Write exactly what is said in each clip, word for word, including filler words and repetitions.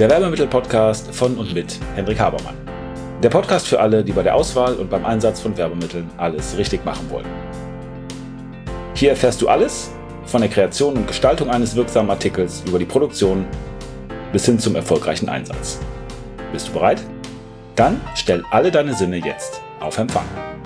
Der Werbemittel-Podcast von und mit Hendrik Habermann. Der Podcast für alle, die bei der Auswahl und beim Einsatz von Werbemitteln alles richtig machen wollen. Hier erfährst du alles von der Kreation und Gestaltung eines wirksamen Artikels über die Produktion bis hin zum erfolgreichen Einsatz. Bist du bereit? Dann stell alle deine Sinne jetzt auf Empfang.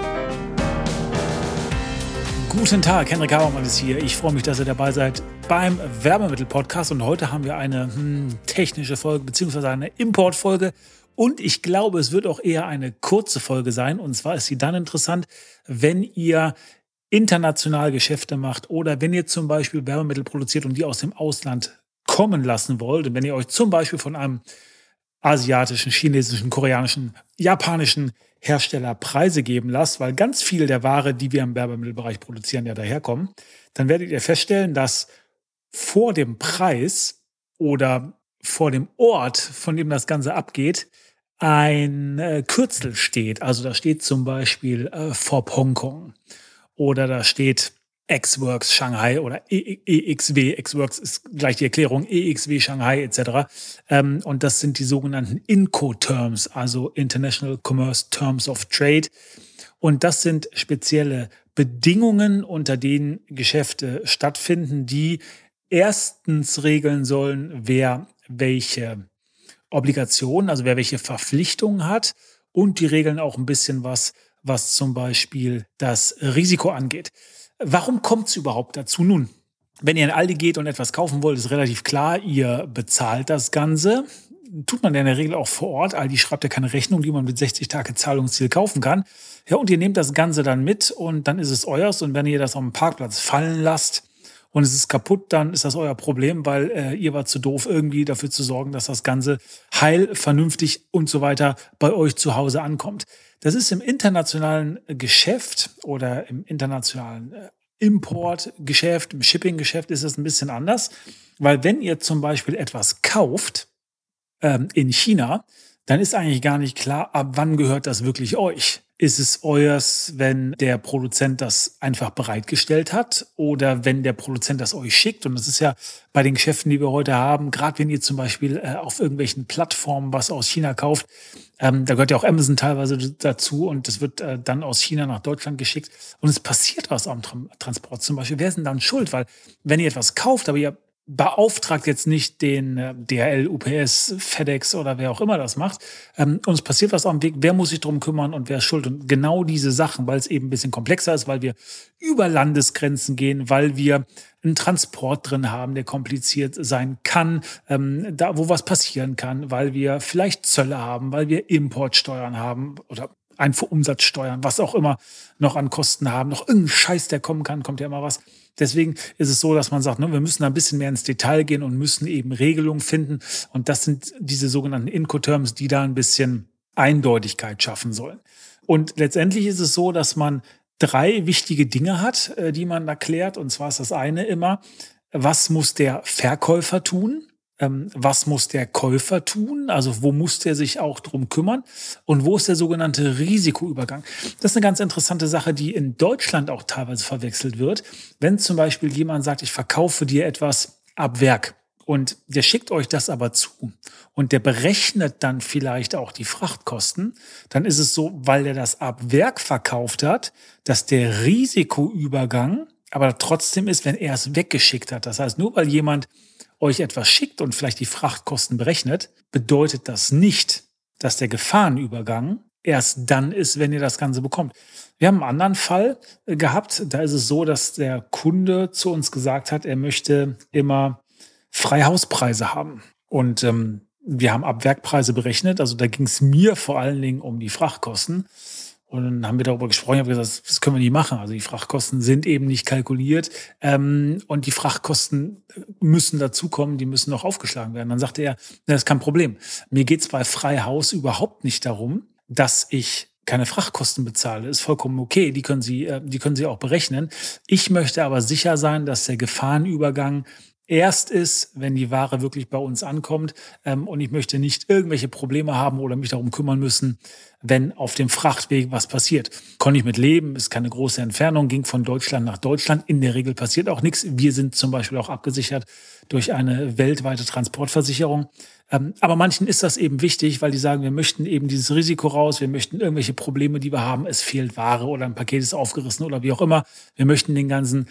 Guten Tag, Hendrik Habermann ist hier. Ich freue mich, dass ihr dabei seid beim Werbemittel-Podcast. Und heute haben wir eine hm, technische Folge bzw. eine Importfolge. Und ich glaube, es wird auch eher eine kurze Folge sein. Und zwar ist sie dann interessant, wenn ihr international Geschäfte macht oder wenn ihr zum Beispiel Werbemittel produziert und die aus dem Ausland kommen lassen wollt. Und wenn ihr euch zum Beispiel von einem asiatischen, chinesischen, koreanischen, japanischen Hersteller Preise geben lasst, weil ganz viel der Ware, die wir im Werbemittelbereich produzieren, ja daherkommen, dann werdet ihr feststellen, dass vor dem Preis oder vor dem Ort, von dem das Ganze abgeht, ein äh, Kürzel steht. Also da steht zum Beispiel äh, F O B Hongkong oder da steht Xworks Shanghai oder E X W, Xworks ist gleich die Erklärung, E X W Shanghai et cetera. Ähm, und das sind die sogenannten Incoterms, also International Commerce Terms of Trade. Und das sind spezielle Bedingungen, unter denen Geschäfte stattfinden, die erstens regeln sollen, wer welche Obligationen, also wer welche Verpflichtungen hat. Und die regeln auch ein bisschen was, was zum Beispiel das Risiko angeht. Warum kommt es überhaupt dazu? Nun, wenn ihr in Aldi geht und etwas kaufen wollt, ist relativ klar, ihr bezahlt das Ganze. Tut man ja in der Regel auch vor Ort. Aldi schreibt ja keine Rechnung, die man mit sechzig Tage Zahlungsziel kaufen kann. Ja, und ihr nehmt das Ganze dann mit und dann ist es euers. Und wenn ihr das auf dem Parkplatz fallen lasst und es ist kaputt, dann ist das euer Problem, weil äh, ihr wart zu doof, irgendwie dafür zu sorgen, dass das Ganze heil, vernünftig und so weiter bei euch zu Hause ankommt. Das ist im internationalen Geschäft oder im internationalen Importgeschäft, im Shippinggeschäft ist es ein bisschen anders, weil wenn ihr zum Beispiel etwas kauft ähm, in China, dann ist eigentlich gar nicht klar, ab wann gehört das wirklich euch. Ist es euers, wenn der Produzent das einfach bereitgestellt hat oder wenn der Produzent das euch schickt? Und das ist ja bei den Geschäften, die wir heute haben, gerade wenn ihr zum Beispiel äh, auf irgendwelchen Plattformen was aus China kauft, ähm, da gehört ja auch Amazon teilweise dazu und das wird äh, dann aus China nach Deutschland geschickt und es passiert was am Tra- Transport zum Beispiel. Wer ist denn dann schuld? Weil wenn ihr etwas kauft, aber ihr beauftragt jetzt nicht den äh, D H L, U P S, FedEx oder wer auch immer das macht. Ähm, und es passiert was am Weg. Wer muss sich drum kümmern und wer ist schuld? Und genau diese Sachen, weil es eben ein bisschen komplexer ist, weil wir über Landesgrenzen gehen, weil wir einen Transport drin haben, der kompliziert sein kann, ähm, da wo was passieren kann, weil wir vielleicht Zölle haben, weil wir Importsteuern haben oder Einfuhrumsatzsteuern, was auch immer noch an Kosten haben, noch irgendein Scheiß, der kommen kann, kommt ja immer was. Deswegen ist es so, dass man sagt, ne, wir müssen ein bisschen mehr ins Detail gehen und müssen eben Regelungen finden. Und das sind diese sogenannten Incoterms, die da ein bisschen Eindeutigkeit schaffen sollen. Und letztendlich ist es so, dass man drei wichtige Dinge hat, die man da klärt. Und zwar ist das eine immer, was muss der Verkäufer tun? Ähm, was muss der Käufer tun? Also wo muss der sich auch drum kümmern? Und wo ist der sogenannte Risikoübergang? Das ist eine ganz interessante Sache, die in Deutschland auch teilweise verwechselt wird. Wenn zum Beispiel jemand sagt, ich verkaufe dir etwas ab Werk und der schickt euch das aber zu und der berechnet dann vielleicht auch die Frachtkosten, dann ist es so, weil der das ab Werk verkauft hat, dass der Risikoübergang aber trotzdem ist, wenn er es weggeschickt hat. Das heißt, nur weil jemand euch etwas schickt und vielleicht die Frachtkosten berechnet, bedeutet das nicht, dass der Gefahrenübergang erst dann ist, wenn ihr das Ganze bekommt. Wir haben einen anderen Fall gehabt, da ist es so, dass der Kunde zu uns gesagt hat, er möchte immer Freihauspreise haben. Und ähm, wir haben Abwerkpreise berechnet, also da ging es mir vor allen Dingen um die Frachtkosten. Und dann haben wir darüber gesprochen, ich habe gesagt, das können wir nicht machen. Also die Frachtkosten sind eben nicht kalkuliert ähm, und die Frachtkosten müssen dazukommen, die müssen noch aufgeschlagen werden. Dann sagte er, das ist kein Problem. Mir geht es bei Freihaus überhaupt nicht darum, dass ich keine Frachtkosten bezahle. Ist vollkommen okay, die können Sie, äh, die können Sie auch berechnen. Ich möchte aber sicher sein, dass der Gefahrenübergang erst ist, wenn die Ware wirklich bei uns ankommt. Ähm, und ich möchte nicht irgendwelche Probleme haben oder mich darum kümmern müssen, wenn auf dem Frachtweg was passiert. Konnte ich mit leben, ist keine große Entfernung, ging von Deutschland nach Deutschland. In der Regel passiert auch nichts. Wir sind zum Beispiel auch abgesichert durch eine weltweite Transportversicherung. Ähm, aber manchen ist das eben wichtig, weil die sagen, wir möchten eben dieses Risiko raus, wir möchten irgendwelche Probleme, die wir haben, es fehlt Ware oder ein Paket ist aufgerissen oder wie auch immer. Wir möchten den ganzen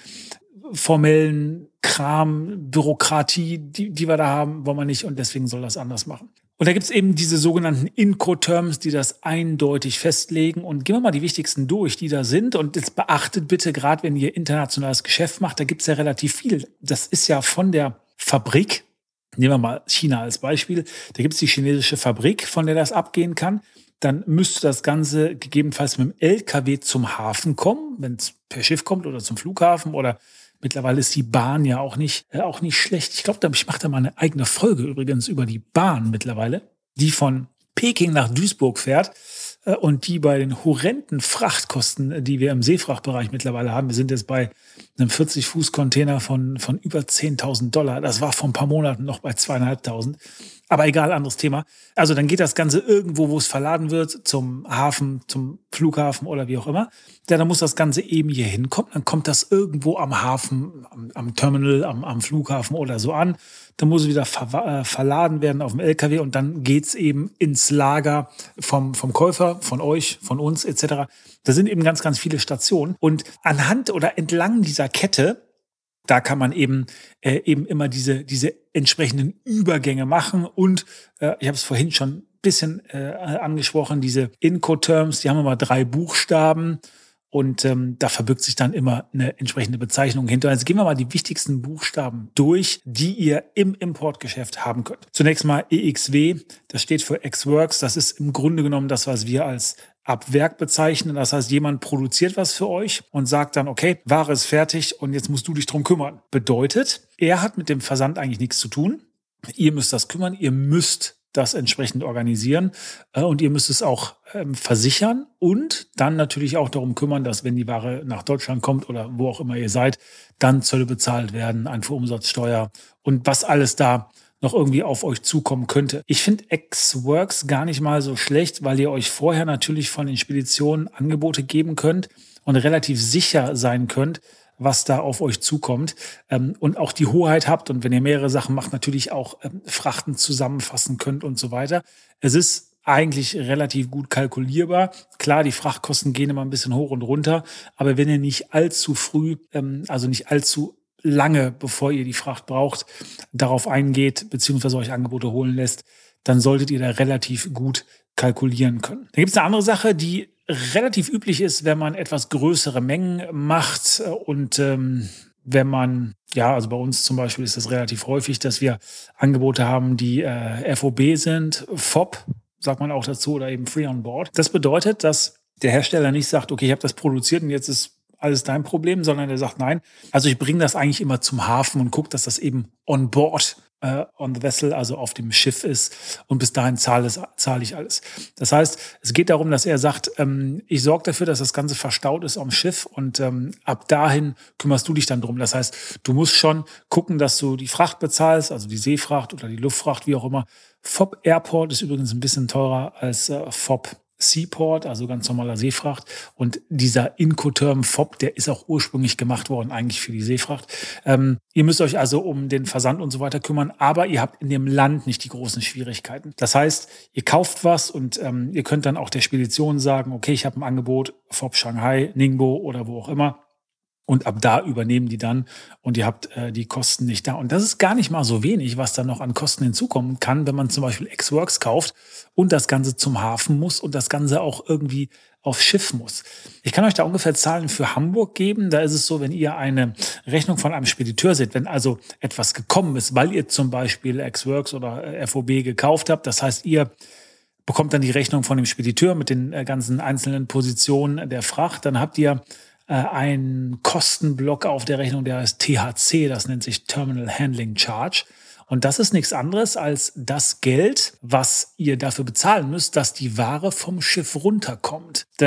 formellen Kram, Bürokratie, die, die wir da haben, wollen wir nicht und deswegen soll das anders machen. Und da gibt es eben diese sogenannten Incoterms, die das eindeutig festlegen. Und gehen wir mal die wichtigsten durch, die da sind. Und jetzt beachtet bitte, gerade wenn ihr internationales Geschäft macht, da gibt es ja relativ viel. Das ist ja von der Fabrik, nehmen wir mal China als Beispiel, da gibt es die chinesische Fabrik, von der das abgehen kann. Dann müsste das Ganze gegebenenfalls mit dem L K W zum Hafen kommen, wenn es per Schiff kommt oder zum Flughafen oder mittlerweile ist die Bahn ja auch nicht, äh, auch nicht schlecht. Ich glaube, ich mache da mal eine eigene Folge übrigens über die Bahn mittlerweile, die von Peking nach Duisburg fährt äh, und die bei den horrenden Frachtkosten, die wir im Seefrachtbereich mittlerweile haben, wir sind jetzt bei einem vierzig-Fuß-Container von, von über zehntausend Dollar. Das war vor ein paar Monaten noch bei zweieinhalbtausend. Aber egal, anderes Thema. Also dann geht das Ganze irgendwo, wo es verladen wird, zum Hafen, zum Flughafen oder wie auch immer. Ja, dann muss das Ganze eben hier hinkommen. Dann kommt das irgendwo am Hafen, am, am Terminal, am, am Flughafen oder so an. Dann muss es wieder ver, äh, verladen werden auf dem L K W und dann geht's eben ins Lager vom, vom Käufer, von euch, von uns et cetera. Da sind eben ganz, ganz viele Stationen. Und anhand oder entlang dieser Kette, da kann man eben äh, eben immer diese diese entsprechenden Übergänge machen und äh, ich habe es vorhin schon ein bisschen äh, angesprochen, diese Incoterms, die haben immer drei Buchstaben und ähm, da verbirgt sich dann immer eine entsprechende Bezeichnung hinter. Jetzt gehen wir mal die wichtigsten Buchstaben durch, die ihr im Importgeschäft haben könnt. Zunächst mal E X W, das steht für Ex Works, das ist im Grunde genommen das, was wir als ab Werk bezeichnen. Das heißt, jemand produziert was für euch und sagt dann, okay, Ware ist fertig und jetzt musst du dich drum kümmern. Bedeutet, er hat mit dem Versand eigentlich nichts zu tun. Ihr müsst das kümmern, ihr müsst das entsprechend organisieren äh, und ihr müsst es auch ähm, versichern und dann natürlich auch darum kümmern, dass wenn die Ware nach Deutschland kommt oder wo auch immer ihr seid, dann Zölle bezahlt werden, Einfuhrumsatzsteuer und was alles da noch irgendwie auf euch zukommen könnte. Ich finde Ex Works gar nicht mal so schlecht, weil ihr euch vorher natürlich von den Speditionen Angebote geben könnt und relativ sicher sein könnt, was da auf euch zukommt ähm, und auch die Hoheit habt und wenn ihr mehrere Sachen macht, natürlich auch ähm, Frachten zusammenfassen könnt und so weiter. Es ist eigentlich relativ gut kalkulierbar. Klar, die Frachtkosten gehen immer ein bisschen hoch und runter, aber wenn ihr nicht allzu früh, ähm, also nicht allzu lange, bevor ihr die Fracht braucht, darauf eingeht, beziehungsweise euch Angebote holen lässt, dann solltet ihr da relativ gut kalkulieren können. Dann gibt es eine andere Sache, die relativ üblich ist, wenn man etwas größere Mengen macht und ähm, wenn man, ja, also bei uns zum Beispiel ist das relativ häufig, dass wir Angebote haben, die äh, F O B sind, F O B, sagt man auch dazu, oder eben Free on Board. Das bedeutet, dass der Hersteller nicht sagt, okay, ich habe das produziert und jetzt ist alles dein Problem, sondern er sagt, nein, also ich bringe das eigentlich immer zum Hafen und gucke, dass das eben on board, äh, on the vessel, also auf dem Schiff ist und bis dahin zahle, zahle ich alles. Das heißt, es geht darum, dass er sagt, ähm, ich sorge dafür, dass das Ganze verstaut ist am Schiff und ähm, ab dahin kümmerst du dich dann drum. Das heißt, du musst schon gucken, dass du die Fracht bezahlst, also die Seefracht oder die Luftfracht, wie auch immer. F O B Airport ist übrigens ein bisschen teurer als äh, F O B Seaport, also ganz normaler Seefracht. Und dieser Incoterm F O B, der ist auch ursprünglich gemacht worden, eigentlich für die Seefracht. Ähm, ihr müsst euch also um den Versand und so weiter kümmern, aber ihr habt in dem Land nicht die großen Schwierigkeiten. Das heißt, ihr kauft was und ähm, ihr könnt dann auch der Spedition sagen, okay, ich habe ein Angebot, F O B Shanghai, Ningbo oder wo auch immer. Und ab da übernehmen die dann und ihr habt äh, die Kosten nicht da. Und das ist gar nicht mal so wenig, was dann noch an Kosten hinzukommen kann, wenn man zum Beispiel Ex Works kauft und das Ganze zum Hafen muss und das Ganze auch irgendwie aufs Schiff muss. Ich kann euch da ungefähr Zahlen für Hamburg geben. Da ist es so, wenn ihr eine Rechnung von einem Spediteur seht, wenn also etwas gekommen ist, weil ihr zum Beispiel Ex Works oder F O B gekauft habt, das heißt, ihr bekommt dann die Rechnung von dem Spediteur mit den äh, ganzen einzelnen Positionen der Fracht, dann habt ihr ein Kostenblock auf der Rechnung, der heißt T H C, das nennt sich Terminal Handling Charge. Und das ist nichts anderes als das Geld, was ihr dafür bezahlen müsst, dass die Ware vom Schiff runterkommt. Denn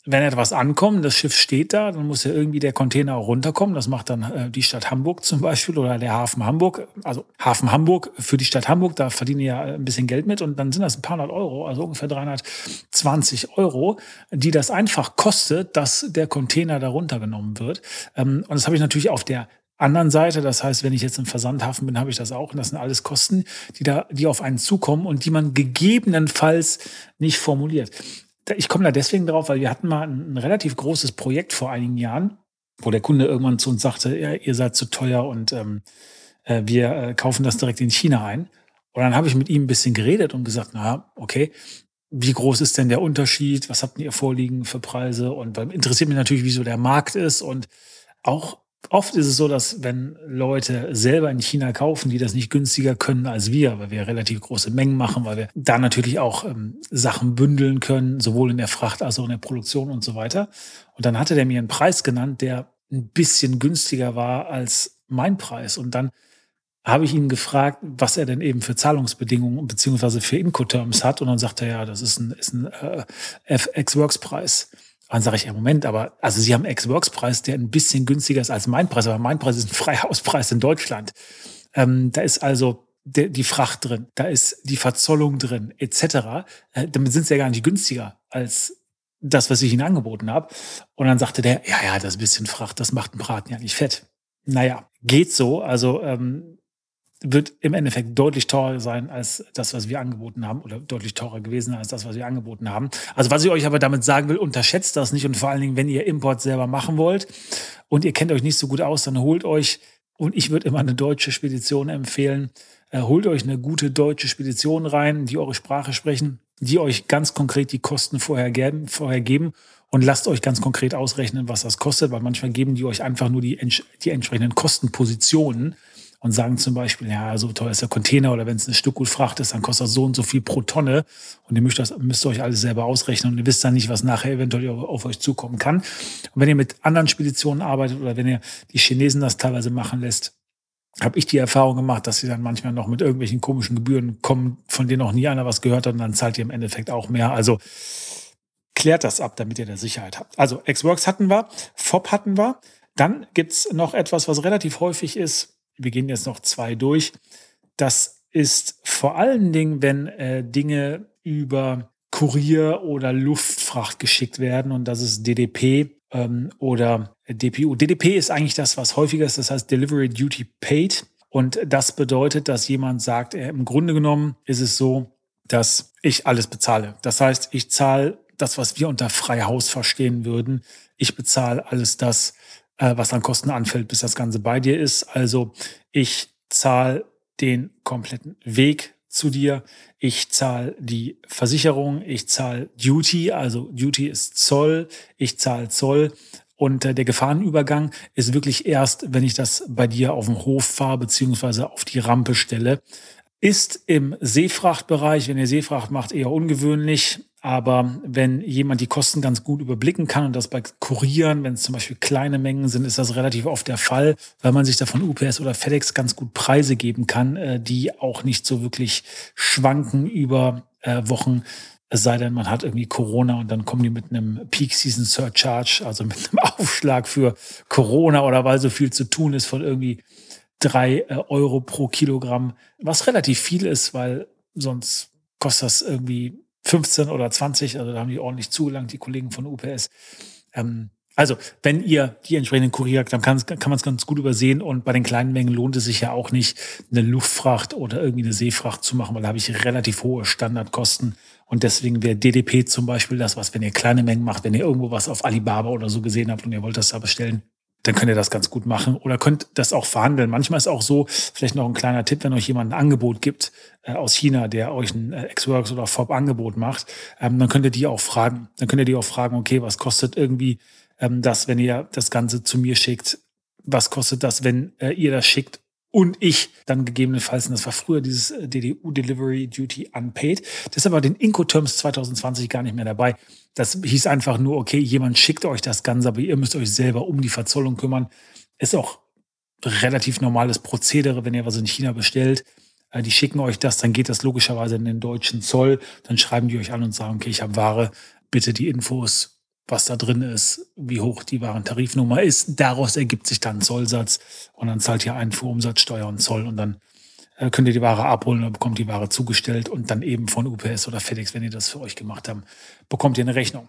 wenn etwas ankommt, das Schiff steht da, dann muss ja irgendwie der Container auch runterkommen. Das macht dann äh, die Stadt Hamburg zum Beispiel oder der Hafen Hamburg. Also Hafen Hamburg für die Stadt Hamburg, da verdienen die ja ein bisschen Geld mit und dann sind das ein paar hundert Euro, also ungefähr dreihundertzwanzig Euro, die das einfach kostet, dass der Container da runtergenommen wird. Ähm, und das habe ich natürlich auf der anderen Seite. Das heißt, wenn ich jetzt im Versandhafen bin, habe ich das auch. Und das sind alles Kosten, die da, die auf einen zukommen und die man gegebenenfalls nicht formuliert. Ich komme da deswegen drauf, weil wir hatten mal ein, ein relativ großes Projekt vor einigen Jahren, wo der Kunde irgendwann zu uns sagte, ja, ihr seid zu teuer und ähm, äh, wir äh, kaufen das direkt in China ein. Und dann habe ich mit ihm ein bisschen geredet und gesagt, na, okay, wie groß ist denn der Unterschied? Was habt ihr vorliegen für Preise? Und weil interessiert mich natürlich, wie so der Markt ist. Und auch oft ist es so, dass wenn Leute selber in China kaufen, die das nicht günstiger können als wir, weil wir relativ große Mengen machen, weil wir da natürlich auch ähm, Sachen bündeln können, sowohl in der Fracht als auch in der Produktion und so weiter. Und dann hatte der mir einen Preis genannt, der ein bisschen günstiger war als mein Preis. Und dann habe ich ihn gefragt, was er denn eben für Zahlungsbedingungen beziehungsweise für Incoterms hat. Und dann sagt er, ja, das ist ein, ist ein äh, F X-Works-Preis. Dann sage ich, ja, Moment, aber also Sie haben einen Ex-Works-Preis, der ein bisschen günstiger ist als mein Preis, aber mein Preis ist ein Freihauspreis in Deutschland. Ähm, da ist also de, die Fracht drin, da ist die Verzollung drin, et cetera. Äh, damit sind sie ja gar nicht günstiger als das, was ich Ihnen angeboten habe. Und dann sagte der, ja, ja, das bisschen Fracht, das macht einen Braten ja nicht fett. Naja, geht so. Also ähm, wird im Endeffekt deutlich teurer sein als das, was wir angeboten haben oder deutlich teurer gewesen als das, was wir angeboten haben. Also was ich euch aber damit sagen will, unterschätzt das nicht und vor allen Dingen, wenn ihr Import selber machen wollt und ihr kennt euch nicht so gut aus, dann holt euch, und ich würde immer eine deutsche Spedition empfehlen, äh, holt euch eine gute deutsche Spedition rein, die eure Sprache sprechen, die euch ganz konkret die Kosten vorher geben, vorher geben und lasst euch ganz konkret ausrechnen, was das kostet, weil manchmal geben die euch einfach nur die, die entsprechenden Kostenpositionen und sagen zum Beispiel, ja, so teuer ist der Container oder wenn es eine Stückgutfracht ist, dann kostet das so und so viel pro Tonne und ihr müsst, das, müsst euch alles selber ausrechnen und ihr wisst dann nicht, was nachher eventuell auf, auf euch zukommen kann. Und wenn ihr mit anderen Speditionen arbeitet oder wenn ihr die Chinesen das teilweise machen lässt, habe ich die Erfahrung gemacht, dass sie dann manchmal noch mit irgendwelchen komischen Gebühren kommen, von denen noch nie einer was gehört hat und dann zahlt ihr im Endeffekt auch mehr. Also klärt das ab, damit ihr da Sicherheit habt. Also Ex-Works hatten wir, F O B hatten wir. Dann gibt's noch etwas, was relativ häufig ist. Wir gehen jetzt noch zwei durch. Das ist vor allen Dingen, wenn äh, Dinge über Kurier oder Luftfracht geschickt werden und das ist D D P ähm, oder D P U. D D P ist eigentlich das, was häufiger ist, das heißt Delivery Duty Paid und das bedeutet, dass jemand sagt, äh, im Grunde genommen ist es so, dass ich alles bezahle. Das heißt, ich zahle das, was wir unter Freihaus verstehen würden. Ich bezahle alles das, was an Kosten anfällt, bis das Ganze bei dir ist. Also ich zahle den kompletten Weg zu dir. Ich zahle die Versicherung. Ich zahle Duty. Also Duty ist Zoll. Ich zahle Zoll. Und äh, der Gefahrenübergang ist wirklich erst, wenn ich das bei dir auf dem Hof fahre, beziehungsweise auf die Rampe stelle. Ist im Seefrachtbereich, wenn ihr Seefracht macht, eher ungewöhnlich. Aber wenn jemand die Kosten ganz gut überblicken kann und das bei Kurieren, wenn es zum Beispiel kleine Mengen sind, ist das relativ oft der Fall, weil man sich da von U P S oder FedEx ganz gut Preise geben kann, die auch nicht so wirklich schwanken über Wochen. Es sei denn, man hat irgendwie Corona und dann kommen die mit einem Peak Season Surcharge, also mit einem Aufschlag für Corona oder weil so viel zu tun ist von irgendwie drei Euro pro Kilogramm, was relativ viel ist, weil sonst kostet das irgendwie fünfzehn oder zwanzig, also da haben die ordentlich zugelangt, die Kollegen von U P S. Ähm, also, wenn ihr die entsprechenden Kurier habt, dann kann, kann man es ganz gut übersehen und bei den kleinen Mengen lohnt es sich ja auch nicht, eine Luftfracht oder irgendwie eine Seefracht zu machen, weil da habe ich relativ hohe Standardkosten und deswegen wäre D D P zum Beispiel das, was, wenn ihr kleine Mengen macht, wenn ihr irgendwo was auf Alibaba oder so gesehen habt und ihr wollt das da bestellen, dann könnt ihr das ganz gut machen oder könnt das auch verhandeln. Manchmal ist auch so, vielleicht noch ein kleiner Tipp, wenn euch jemand ein Angebot gibt äh, aus China, der euch ein äh, Ex-Works oder F O B-Angebot macht, ähm, dann könnt ihr die auch fragen. Dann könnt ihr die auch fragen, okay, was kostet irgendwie ähm, das, wenn ihr das Ganze zu mir schickt? Was kostet das, wenn äh, ihr das schickt? Und ich dann gegebenenfalls, und das war früher dieses D D U Delivery Duty Unpaid. Das ist aber den Incoterms zwanzig zwanzig gar nicht mehr dabei. Das hieß einfach nur, okay, jemand schickt euch das Ganze, aber ihr müsst euch selber um die Verzollung kümmern. Ist auch relativ normales Prozedere, wenn ihr was in China bestellt. Die schicken euch das, dann geht das logischerweise in den deutschen Zoll. Dann schreiben die euch an und sagen, okay, ich habe Ware, bitte die Infos was da drin ist, wie hoch die Warentarifnummer ist. Daraus ergibt sich dann ein Zollsatz und dann zahlt ihr Einfuhrumsatzsteuer und Zoll und dann äh, könnt ihr die Ware abholen oder bekommt die Ware zugestellt und dann eben von U P S oder FedEx, wenn ihr das für euch gemacht habt, bekommt ihr eine Rechnung.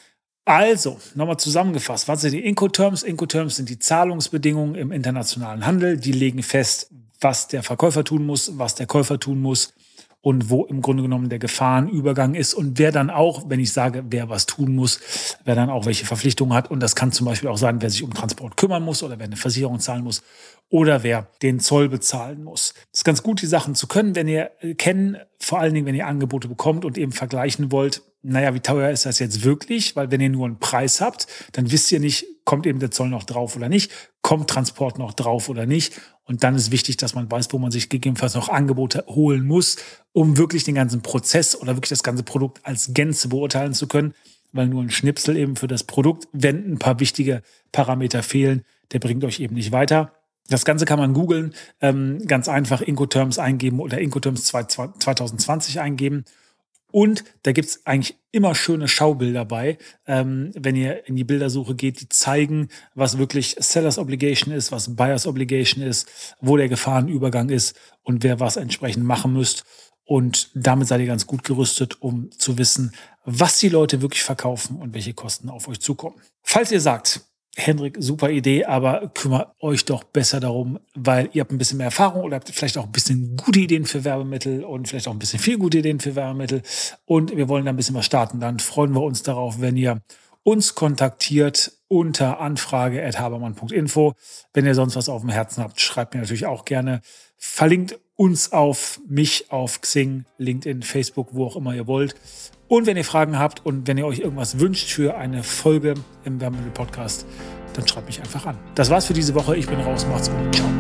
Also, nochmal zusammengefasst, was sind die Incoterms? Incoterms sind die Zahlungsbedingungen im internationalen Handel. Die legen fest, was der Verkäufer tun muss, was der Käufer tun muss und wo im Grunde genommen der Gefahrenübergang ist und wer dann auch, wenn ich sage, wer was tun muss, wer dann auch welche Verpflichtungen hat. Und das kann zum Beispiel auch sein, wer sich um Transport kümmern muss oder wer eine Versicherung zahlen muss oder wer den Zoll bezahlen muss. Es ist ganz gut, die Sachen zu können, wenn ihr äh, kennen, vor allen Dingen, wenn ihr Angebote bekommt und eben vergleichen wollt, naja, wie teuer ist das jetzt wirklich? Weil wenn ihr nur einen Preis habt, dann wisst ihr nicht, kommt eben der Zoll noch drauf oder nicht, kommt Transport noch drauf oder nicht. Und dann ist wichtig, dass man weiß, wo man sich gegebenenfalls noch Angebote holen muss, um wirklich den ganzen Prozess oder wirklich das ganze Produkt als Gänze beurteilen zu können. Weil nur ein Schnipsel eben für das Produkt, wenn ein paar wichtige Parameter fehlen, der bringt euch eben nicht weiter. Das Ganze kann man googeln, ähm, ganz einfach Incoterms eingeben oder Incoterms zwanzig zwanzig eingeben. Und da gibt's eigentlich immer schöne Schaubilder bei, ähm, wenn ihr in die Bildersuche geht, die zeigen, was wirklich Sellers Obligation ist, was Buyers Obligation ist, wo der Gefahrenübergang ist und wer was entsprechend machen müsst. Und damit seid ihr ganz gut gerüstet, um zu wissen, was die Leute wirklich verkaufen und welche Kosten auf euch zukommen. Falls ihr sagt, Hendrik, super Idee, aber kümmert euch doch besser darum, weil ihr habt ein bisschen mehr Erfahrung oder habt vielleicht auch ein bisschen gute Ideen für Werbemittel und vielleicht auch ein bisschen viel gute Ideen für Werbemittel und wir wollen da ein bisschen was starten. Dann freuen wir uns darauf, wenn ihr uns kontaktiert unter anfrage at habermann punkt info. Wenn ihr sonst was auf dem Herzen habt, schreibt mir natürlich auch gerne. Verlinkt uns auf mich, auf Xing, LinkedIn, Facebook, wo auch immer ihr wollt. Und wenn ihr Fragen habt und wenn ihr euch irgendwas wünscht für eine Folge im Werbemittel-Podcast, dann schreibt mich einfach an. Das war's für diese Woche. Ich bin raus. Macht's gut. Ciao.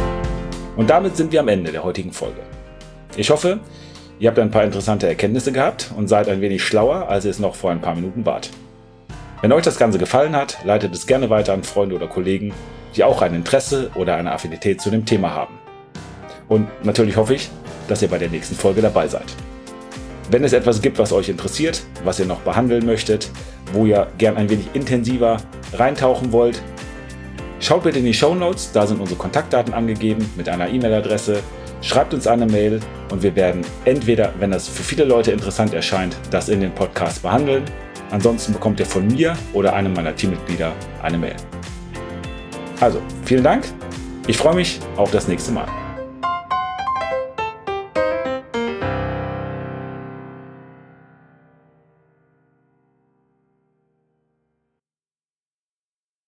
Und damit sind wir am Ende der heutigen Folge. Ich hoffe, ihr habt ein paar interessante Erkenntnisse gehabt und seid ein wenig schlauer, als ihr es noch vor ein paar Minuten wart. Wenn euch das Ganze gefallen hat, leitet es gerne weiter an Freunde oder Kollegen, die auch ein Interesse oder eine Affinität zu dem Thema haben. Und natürlich hoffe ich, dass ihr bei der nächsten Folge dabei seid. Wenn es etwas gibt, was euch interessiert, was ihr noch behandeln möchtet, wo ihr gern ein wenig intensiver reintauchen wollt, schaut bitte in die Shownotes, da sind unsere Kontaktdaten angegeben mit einer E-Mail-Adresse. Schreibt uns eine Mail und wir werden entweder, wenn das für viele Leute interessant erscheint, das in den Podcast behandeln. Ansonsten bekommt ihr von mir oder einem meiner Teammitglieder eine Mail. Also, vielen Dank. Ich freue mich auf das nächste Mal.